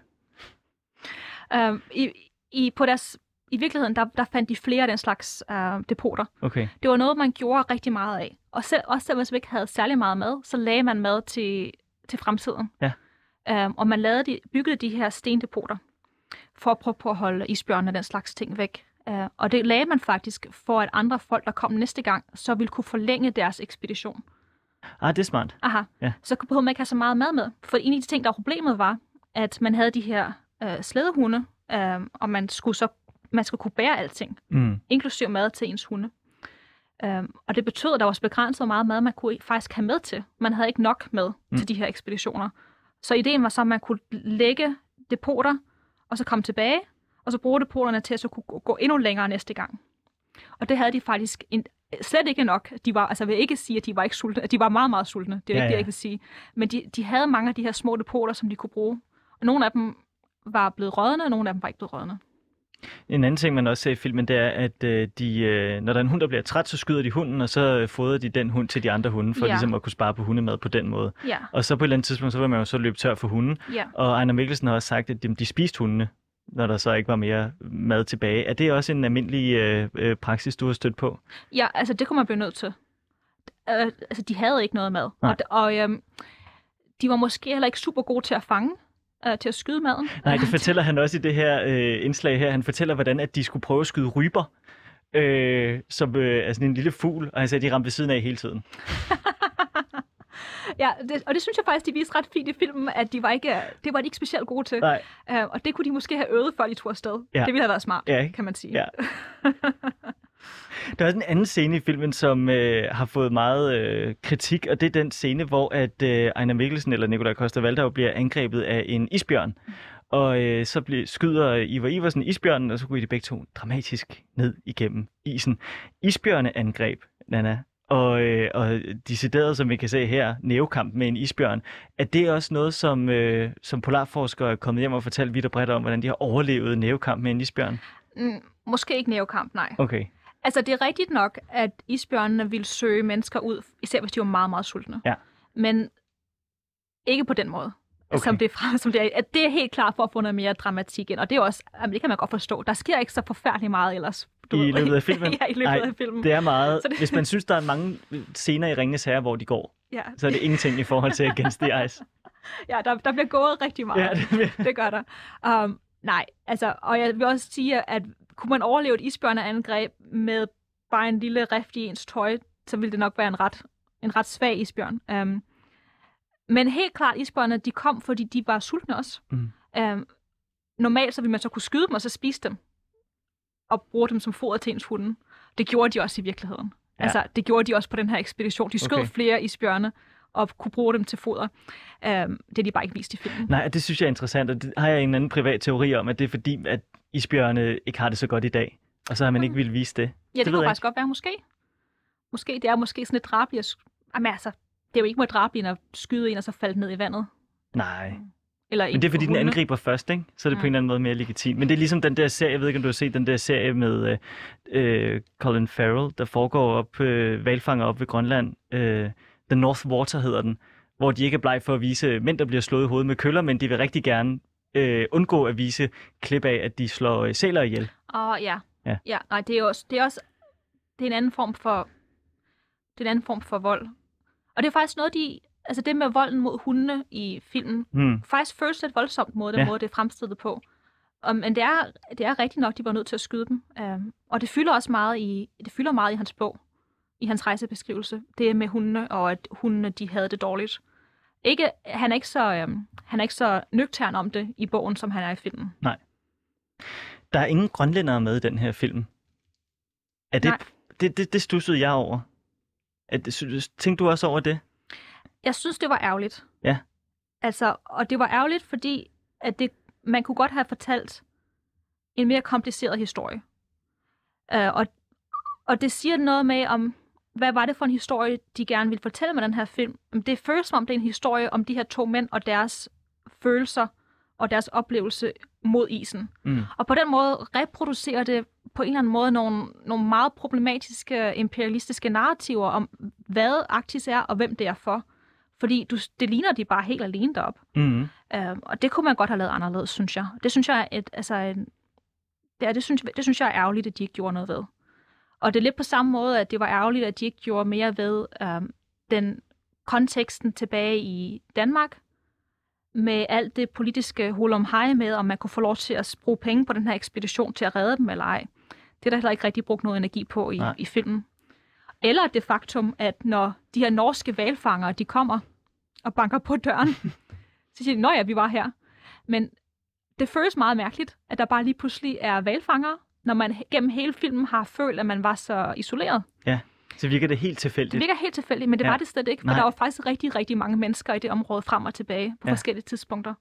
I virkeligheden, der fandt de flere af den slags depoter. Okay. Det var noget, man gjorde rigtig meget af. Og også selv hvis man ikke havde særlig meget mad, så lagde man mad til fremtiden. Ja. Og man byggede de her stendepoter for at prøve på at holde isbjørnene og den slags ting væk. Og det lagde man faktisk for, at andre folk, der kom næste gang, så ville kunne forlænge deres ekspedition. Det er smart. Aha. Ja. Så behøvede man ikke have så meget mad med. For en af de ting, der var problemet, var, at man havde de her slædehunde, og man skulle kunne bære alting, inklusive mad til ens hunde. Og det betød, at der var begrænset, hvor meget mad man kunne faktisk have med til. Man havde ikke nok med til de her ekspeditioner. Så ideen var så, at man kunne lægge depoter, og så komme tilbage, og så bruge depoterne til at så kunne gå endnu længere næste gang. Og det havde de faktisk slet ikke nok. Jeg vil ikke sige, at de var ikke sultne. De var meget, meget sultne. Det er ikke det, jeg kan sige. Men de havde mange af de her små depoter, som de kunne bruge. Og nogle af dem var blevet rådne, og nogle af dem var ikke blevet rådne. En anden ting, man også ser i filmen, det er, at når der er en hund, der bliver træt, så skyder de hunden, og så fodrer de den hund til de andre hunde, for ligesom at kunne spare på hundemad på den måde. Ja. Og så på et eller andet tidspunkt, så vil man jo så løbe tør for hunden. Ja. Og Ejnar Mikkelsen har også sagt, at de spiste hundene, når der så ikke var mere mad tilbage. Er det også en almindelig praksis, du har stødt på? Ja, altså det kunne man blive nødt til. De havde ikke noget mad. Og de var måske heller ikke super gode til at fange. Til at skyde maden. Nej, det fortæller han også i det her indslag her. Han fortæller, hvordan at de skulle prøve at skyde ryper, som er sådan en lille fugl, og han sagde, at de ramte ved siden af hele tiden. Og det synes jeg faktisk, de viste ret fint i filmen, at det var de ikke specielt gode til. Og det kunne de måske have øvet, før de tog afsted. Ja. Det ville have været smart, kan man sige. Ja. Der er også en anden scene i filmen, som har fået meget kritik, og det er den scene, hvor at Ejnar Mikkelsen eller Nikolaj Coster-Waldau bliver angrebet af en isbjørn. Og så skyder Ivar Iversen isbjørnen, og så går de begge to dramatisk ned igennem isen. Isbjørneangreb, Nana, og decideret, som vi kan se her, nævekamp med en isbjørn. Er det også noget, som polarforskere er kommet hjem og fortalt vidt og bredt om, hvordan de har overlevet nævekamp med en isbjørn? Måske ikke nævekamp, nej. Okay. Altså, det er rigtigt nok, at isbjørnene ville søge mennesker ud, især hvis de var meget, meget sultne. Ja. Men ikke på den måde. Okay. Som det er. At det er helt klart for at få noget mere dramatik ind, og det er også, det kan man godt forstå. Der sker ikke så forfærdeligt meget ellers. I løbet af filmen? Ja, i løbet af filmen. Det er meget. Hvis man synes, der er mange scener i Ringenes Herre, hvor de går, så er det ingenting i forhold til Against the Ice. Ja, der bliver gået rigtig meget. Ja, det gør der. Nej, altså, og jeg vil også sige, at kunne man overleve et isbjørneangreb med bare en lille rift i ens tøj, så ville det nok være en ret svag isbjørn. Men helt klart, isbjørnene, de kom, fordi de var sultne også. Normalt så ville man så kunne skyde dem, og så spise dem. Og bruge dem som foder til ens hunde. Det gjorde de også i virkeligheden. Ja. Altså, det gjorde de også på den her ekspedition. De skød flere isbjørne, og kunne bruge dem til foder. Det er de bare ikke vist i filmen. Nej, det synes jeg er interessant, og det har jeg en anden privat teori om, at det er fordi, at isbjørne ikke har det så godt i dag. Og så har man ikke ville vise det. Ja, det kunne faktisk godt være, måske. Det er måske sådan et drabeligt. Jamen altså, det er jo ikke meget drabeligt at skyde en, og så falde ned i vandet. Nej. Eller men det er fordi, den angriber først, ikke? Så er det på en eller anden måde mere legitimt. Men det er ligesom den der serie, jeg ved ikke, om du har set den der serie med Colin Farrell, der foregår hvalfanger op ved Grønland. The North Water hedder den, hvor de ikke er bleg for at vise mænd, der bliver slået i hovedet med køller, men de vil rigtig gerne undgå at vise klip af, at de slår sæler ihjel. Ja. Nej, det er en anden form for vold. Og det er faktisk noget, altså det med volden mod hundene i filmen, faktisk føles lidt voldsomt mod den måde, det er fremstillet på. Men det er rigtigt nok, de var nødt til at skyde dem. Og det fylder også meget i hans bog, i hans rejsebeskrivelse. Det med hundene, og at hundene, de havde det dårligt. Han er ikke så nøgtern om det i bogen, som han er i filmen. Nej. Der er ingen grønlændere med i den her film. Det stussede jeg over. Tænkte du også over det? Jeg synes, det var ærgerligt. Ja. Altså, og det var ærgerligt, fordi at man kunne godt have fortalt en mere kompliceret historie. Og det siger noget med om, hvad var det for en historie, de gerne ville fortælle med den her film. Det føles som om, det er en historie om de her to mænd og deres følelser og deres oplevelse mod isen. Og på den måde reproducerer det på en eller anden måde nogle meget problematiske imperialistiske narrativer om, hvad Arktis er og hvem det er for. Fordi det ligner de bare helt alene derop. Og det kunne man godt have lavet anderledes, synes jeg. Det synes jeg det synes jeg er ærgerligt, at de ikke gjorde noget ved. Og det er lidt på samme måde, at det var ærgerligt, at de ikke gjorde mere ved den konteksten tilbage i Danmark, med alt det politiske hurlumhej med, om man kunne få lov til at bruge penge på den her ekspedition til at redde dem eller ej. Det er der heller ikke rigtig brugt noget energi på i filmen. Eller det faktum, at når de her norske hvalfangere, de kommer og banker på døren, så siger de, nå ja, vi var her. Men det føles meget mærkeligt, at der bare lige pludselig er hvalfangere, når man gennem hele filmen har følt, at man var så isoleret. Ja, så virker det helt tilfældigt. Det virker helt tilfældigt, men det var det slet ikke, for der var faktisk rigtig, rigtig mange mennesker i det område frem og tilbage på forskellige tidspunkter.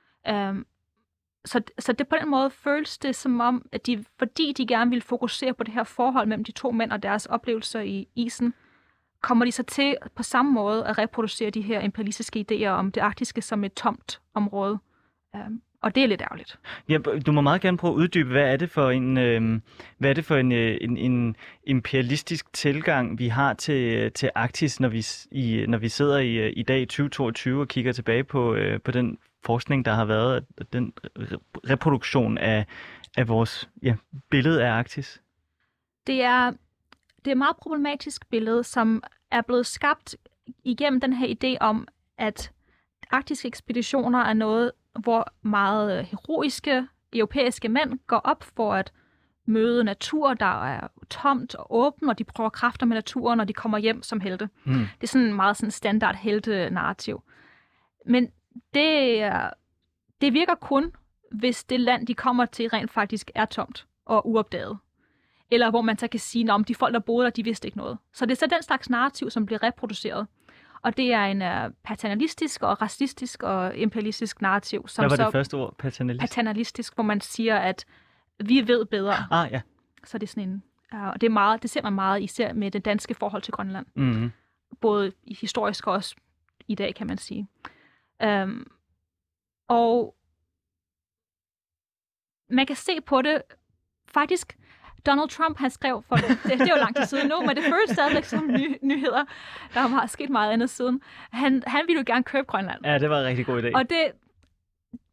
Så det på den måde føles det som om, at fordi de gerne ville fokusere på det her forhold mellem de to mænd og deres oplevelser i isen, kommer de så til på samme måde at reproducere de her imperialistiske idéer om det arktiske som et tomt område. Og det er lidt ærgerligt. Ja, du må meget gerne prøve at uddybe, hvad er det for en imperialistisk tilgang, vi har til Arktis, når vi sidder i dag i 2022 og kigger tilbage på den forskning, der har været, den reproduktion af vores billede af Arktis? Det er et meget problematisk billede, som er blevet skabt igennem den her idé om, at arktiske ekspeditioner er noget, hvor meget heroiske europæiske mænd går op for at møde natur, der er tomt og åben, og de prøver kræfter med naturen, og de kommer hjem som helte. Det er sådan en meget sådan standard helte-narrativ. Men det virker kun, hvis det land, de kommer til, rent faktisk er tomt og uopdaget. Eller hvor man så kan sige, at de folk, der boede der, de vidste ikke noget. Så det er så den slags narrativ, som bliver reproduceret. Og det er en paternalistisk og racistisk og imperialistisk narrativ. Som hvad var det første ord? Paternalistisk, hvor man siger, at vi ved bedre. Ja. Så det er sådan en... og det ser man meget især med det danske forhold til Grønland. Mm-hmm. Både historisk og også i dag, kan man sige. Og man kan se på det faktisk... Donald Trump, han skrev for det er jo lang tid siden nu, men det føles stadigvæk som nyheder. Der har sket meget andet siden. Han ville jo gerne købe Grønland. Ja, det var en rigtig god idé. Og det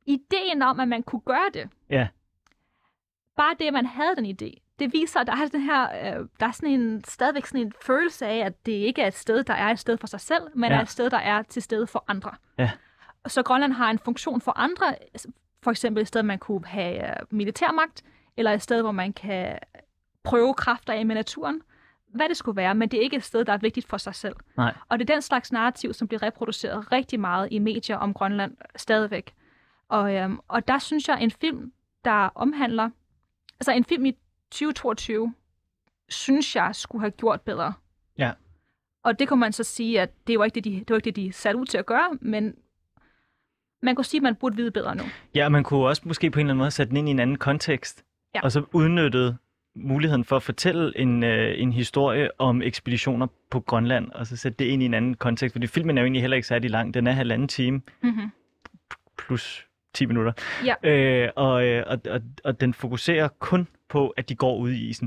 ideen om, at man kunne gøre det, bare det, at man havde den idé, det viser, at der er stadigvæk sådan en følelse af, at det ikke er et sted, der er et sted for sig selv, men er et sted, der er til stede for andre. Ja. Så Grønland har en funktion for andre, for eksempel et sted, man kunne have militærmagt, eller et sted, hvor man kan prøve kræfter af med naturen, hvad det skulle være, men det er ikke et sted, der er vigtigt for sig selv. Nej. Og det er den slags narrativ, som bliver reproduceret rigtig meget i medier om Grønland stadigvæk. Og der synes jeg, en film, der omhandler, altså en film i 2022, synes jeg skulle have gjort bedre. Ja. Og det kunne man så sige, at det var ikke det, de satte ud til at gøre, men man kunne sige, at man burde vide bedre nu. Ja, man kunne også måske på en eller anden måde sætte den ind i en anden kontekst, og så udnytte muligheden for at fortælle en historie om ekspeditioner på Grønland, og så sætte det ind i en anden kontekst, fordi filmen er jo egentlig heller ikke særlig lang. Den er 1,5 time, plus 10 minutter. Ja. Og den fokuserer kun på, at de går ud i isen.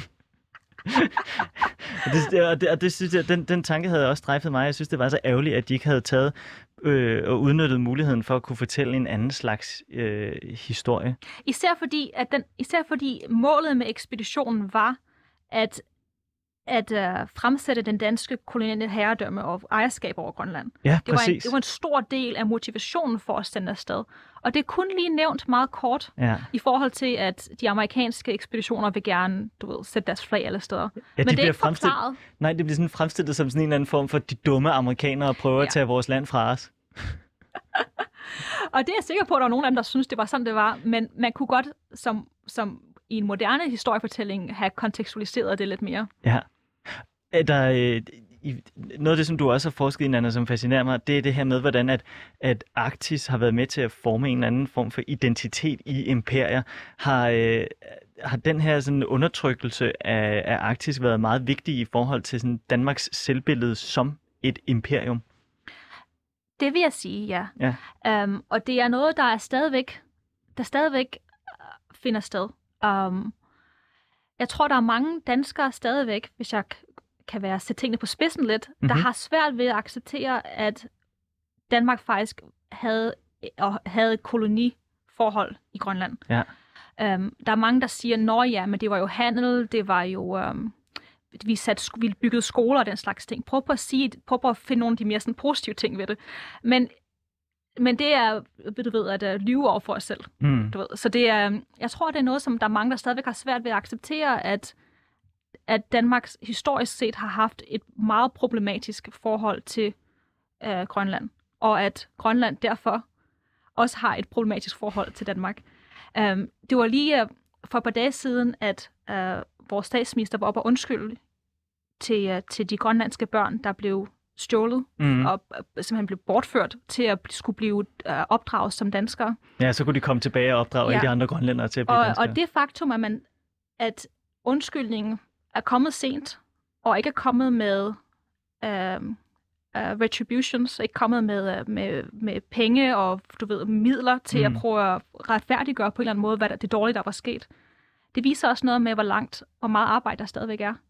det synes jeg, den tanke havde også strejfet mig. Jeg synes, det var så ærgerligt, at de ikke havde taget og udnyttet muligheden for at kunne fortælle en anden slags historie. Især fordi målet med ekspeditionen var at fremsætte den danske koloniale herredømme og ejerskab over Grønland. Ja, det var en stor del af motivationen for at sende afsted. Og det er kun lige nævnt meget kort i forhold til, at de amerikanske ekspeditioner vil gerne, sætte deres flag alle steder. Ja, men det er ikke forklaret. Nej, det bliver sådan fremstillet som sådan en eller anden form for, de dumme amerikanere prøver at tage vores land fra os. Og det er jeg sikker på, at der var nogen af dem, der synes, det var sådan, det var. Men man kunne godt, som i en moderne historiefortælling, have kontekstualiseret det lidt mere. Ja. Noget af det, som du også har forsket i, Nanna, som fascinerer mig, det er det her med, hvordan at Arktis har været med til at forme en eller anden form for identitet i imperier. Har den her sådan undertrykkelse af Arktis været meget vigtig i forhold til sådan Danmarks selvbillede som et imperium? Det vil jeg sige, ja. Og det er noget, der stadigvæk finder sted. Jeg tror, der er mange danskere stadigvæk, hvis jeg kan sætte tingene på spidsen lidt, der har svært ved at acceptere, at Danmark faktisk havde et koloniforhold i Grønland. Ja. Der er mange, der siger, men det var jo handel, det var jo... vi byggede skoler og den slags ting. Prøv at finde nogle af de mere sådan, positive ting ved det. Men det er, at lyve over for os selv. Så det er, jeg tror, det er noget, som der er mange, der stadigvæk har svært ved at acceptere, at Danmark historisk set har haft et meget problematisk forhold til Grønland, og at Grønland derfor også har et problematisk forhold til Danmark. Det var lige for et par dage siden, at vores statsminister var oppe og undskylde til de grønlandske børn, der blev stjålet og simpelthen blev bortført til at skulle blive opdraget som danskere. Ja, så kunne de komme tilbage og opdrage alle de andre grønlændere til at blive danskere. Og det faktum, at undskyldningen er kommet sent, og ikke er kommet med retributions, ikke kommet med penge og midler til at prøve at retfærdiggøre på en eller anden måde, hvad det dårlige, der var sket. Det viser også noget med, hvor langt og meget arbejde der stadigvæk er.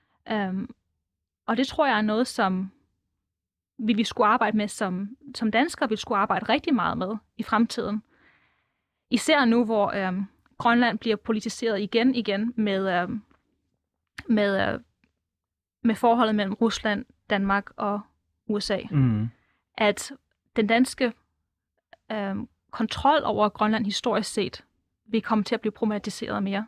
Og det tror jeg er noget, som vi skulle arbejde med som danskere, vi skulle arbejde rigtig meget med i fremtiden. Især nu, hvor Grønland bliver politiseret igen med forholdet mellem Rusland, Danmark og USA. At den danske kontrol over Grønland historisk set vil komme til at blive problematiseret mere.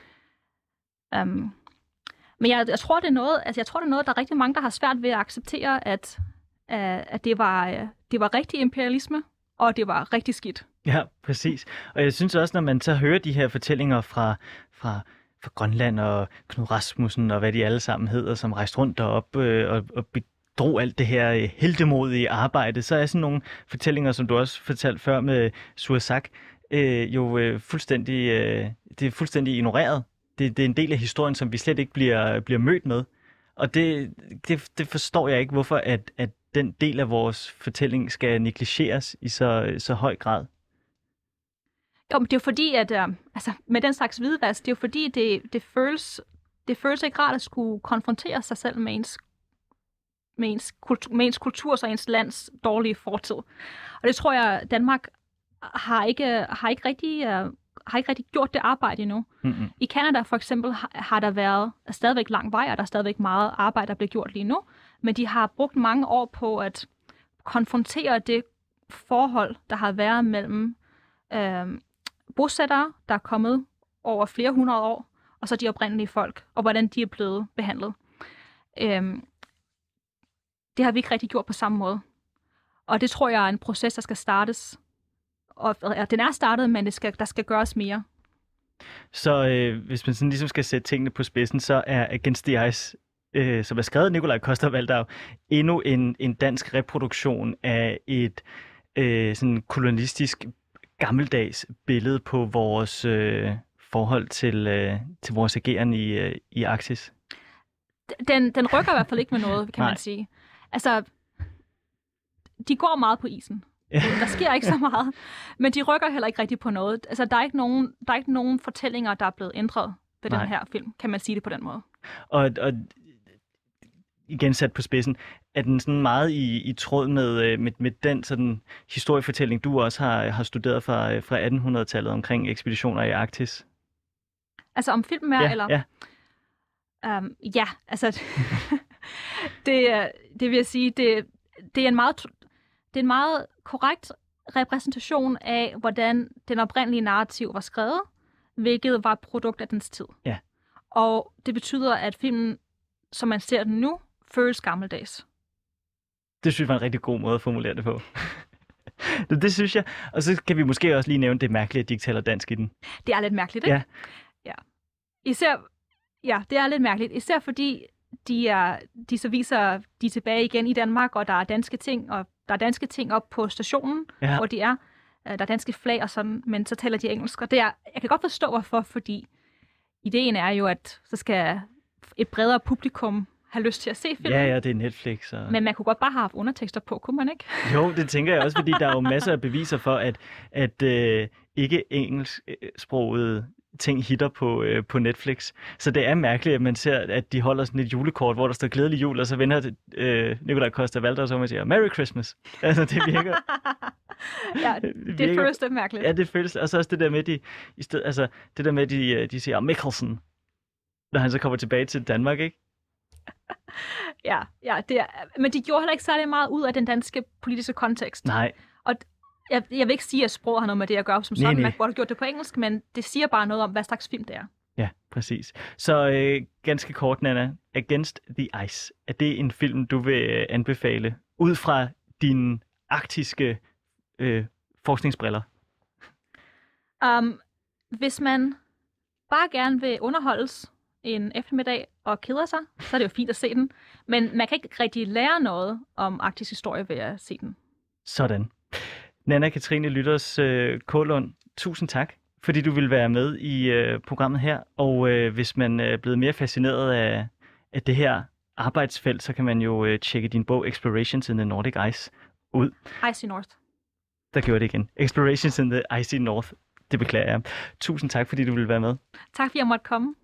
Men jeg tror, det er noget, der er rigtig mange, der har svært ved at acceptere, at det var rigtig imperialisme, og det var rigtig skidt. Ja, præcis. Og jeg synes også, når man så hører de her fortællinger fra Grønland og Knud Rasmussen og hvad de alle sammen hedder, som rejste rundt deroppe og bedrog alt det her heltemodige arbejde, så er sådan nogle fortællinger, som du også fortalte før med Surzak, jo fuldstændig ignoreret. Det er en del af historien, som vi slet ikke bliver mødt med. Og det forstår jeg ikke, hvorfor at den del af vores fortælling skal negligeres i så høj grad. Jo, men det er jo fordi, at med den slags hvidvask, det er jo fordi, det føles ikke rart at skulle konfrontere sig selv med ens kultur og ens lands dårlige fortid. Og det tror jeg, Danmark har ikke rigtig gjort det arbejde endnu. Mm-hmm. I Canada for eksempel har der været stadigvæk lang vej, og der er stadigvæk meget arbejde, der bliver gjort lige nu, men de har brugt mange år på at konfrontere det forhold, der har været mellem bosættere, der er kommet over flere hundrede år, og så de oprindelige folk, og hvordan de er blevet behandlet. Det har vi ikke rigtig gjort på samme måde. Og det tror jeg er en proces, der skal startes. Og den er startet, men der skal gøres mere. Så hvis man sådan ligesom skal sætte tingene på spidsen, så er Against the Ice, som er skrevet af Nikolaj Coster-Waldau, endnu en dansk reproduktion af et sådan kolonistisk gammeldags billede på vores forhold til vores ageren i Arktis. Den rykker i hvert fald ikke med noget, kan man sige. Altså, de går meget på isen. Der sker ikke så meget, men de rykker heller ikke rigtig på noget. Altså, der er ikke nogen fortællinger, der er blevet ændret ved den her film, kan man sige det på den måde. Og igen sat på spidsen, er den sådan meget i tråd med den sådan historiefortælling, du også har studeret fra 1800-tallet omkring ekspeditioner i Arktis? Altså om filmen er, eller? Ja. Ja, altså det vil jeg sige, det er en meget korrekt repræsentation af, hvordan den oprindelige narrativ var skrevet, hvilket var et produkt af dens tid. Ja. Og det betyder, at filmen, som man ser den nu, føles gammeldags. Det synes jeg var en rigtig god måde at formulere det på. Det synes jeg. Og så kan vi måske også lige nævne det mærkelige, at de ikke taler dansk i den. Det er lidt mærkeligt, ikke? Ja. Ja, det er lidt mærkeligt. Især fordi de så viser de tilbage igen i Danmark, og der er danske ting, og der er danske ting op på stationen, hvor de er. Der er danske flag og sådan, men så taler de engelsk. Og jeg kan godt forstå, hvorfor, fordi ideen er jo, at så skal et bredere publikum have lyst til at se filmen. Ja, det er Netflix. Og... Men man kunne godt bare have haft undertekster på, kunne man ikke? Jo, det tænker jeg også, fordi der er jo masser af beviser for, at ikke engelsksprogede ting hitter på Netflix. Så det er mærkeligt, at man ser, at de holder sådan et julekort, hvor der står glædelig jul, og så vender Nikolaj Coster-Waldau, og så man siger, Merry Christmas. Altså, det virker... Ja, det føles lidt mærkeligt. Ja, det føles, og så også det der med, de siger Mikkelsen, når han så kommer tilbage til Danmark, ikke? Ja, men de gjorde heller ikke særlig meget ud af den danske politiske kontekst. Nej. Og jeg vil ikke sige, at sprog har noget med det at gøre som sådan. Man burde have gjort det på engelsk, men det siger bare noget om, hvad slags film det er. Ja, præcis. Så ganske kort, Nanna, Against the Ice. Er det en film, du vil anbefale ud fra dine arktiske forskningsbriller? Hvis man bare gerne vil underholdes en eftermiddag og keder sig, så er det jo fint at se den. Men man kan ikke rigtig lære noget om arktisk historie ved at se den. Sådan. Nanna Katrine Lytters Kålund, tusind tak, fordi du ville være med i programmet her. Og hvis man er blevet mere fascineret af det her arbejdsfelt, så kan man jo tjekke din bog Explorations in the Nordic Ice ud. Icy North. Der gjorde det igen. Explorations in the Icy North. Det beklager jeg. Tusind tak, fordi du ville være med. Tak, fordi jeg måtte komme.